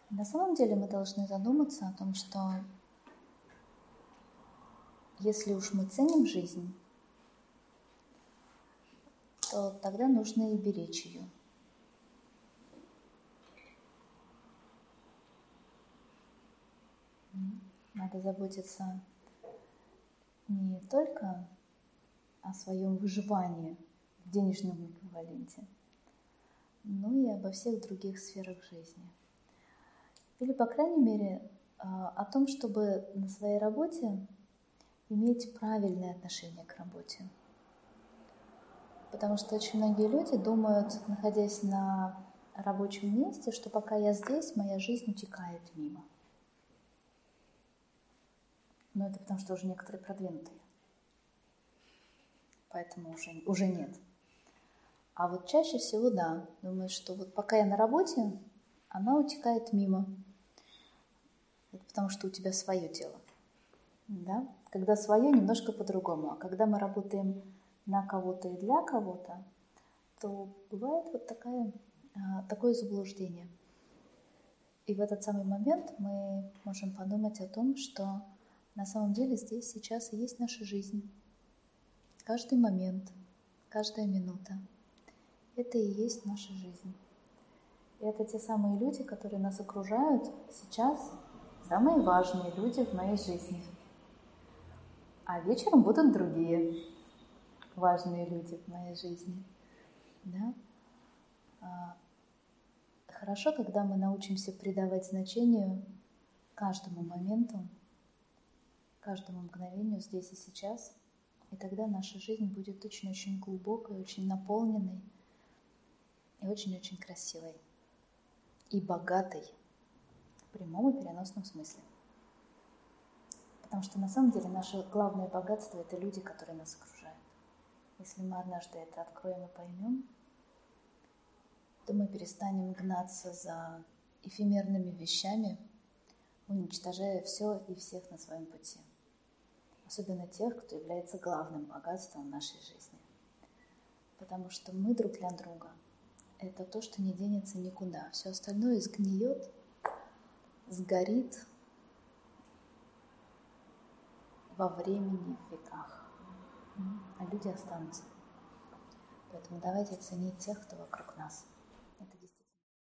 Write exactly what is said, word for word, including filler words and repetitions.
На самом деле мы должны задуматься о том, что если уж мы ценим жизнь, то тогда нужно и беречь ее. Надо заботиться не только о своем выживании в денежном эквиваленте, но и обо всех других сферах жизни. Или, по крайней мере, о том, чтобы на своей работе иметь правильное отношение к работе. Потому что очень многие люди думают, находясь на рабочем месте, что пока я здесь, моя жизнь утекает мимо. Но это потому, что уже некоторые продвинутые. Поэтому уже, уже нет. А вот чаще всего, да, думают, что вот пока я на работе, она утекает мимо. Это потому, что у тебя свое дело. Да? Когда свое, немножко по-другому. А когда мы работаем на кого-то и для кого-то, то бывает вот такая, такое заблуждение. И в этот самый момент мы можем подумать о том, что на самом деле здесь сейчас и есть наша жизнь. Каждый момент, каждая минута – это и есть наша жизнь. И это те самые люди, которые нас окружают сейчас, самые важные люди в моей жизни. А вечером будут другие важные люди в моей жизни. Да? Хорошо, когда мы научимся придавать значению каждому моменту, каждому мгновению здесь и сейчас, и тогда наша жизнь будет очень-очень глубокой, очень наполненной и очень-очень красивой. И богатой в прямом и переносном смысле. Потому что на самом деле наше главное богатство – это люди, которые нас окружают. Если мы однажды это откроем и поймем, то мы перестанем гнаться за эфемерными вещами, уничтожая все и всех на своем пути. Особенно тех, кто является главным богатством нашей жизни. Потому что мы друг для друга – это то, что не денется никуда. Все остальное сгниет, сгорит во времени, в веках. А люди останутся. Поэтому давайте ценить тех, кто вокруг нас.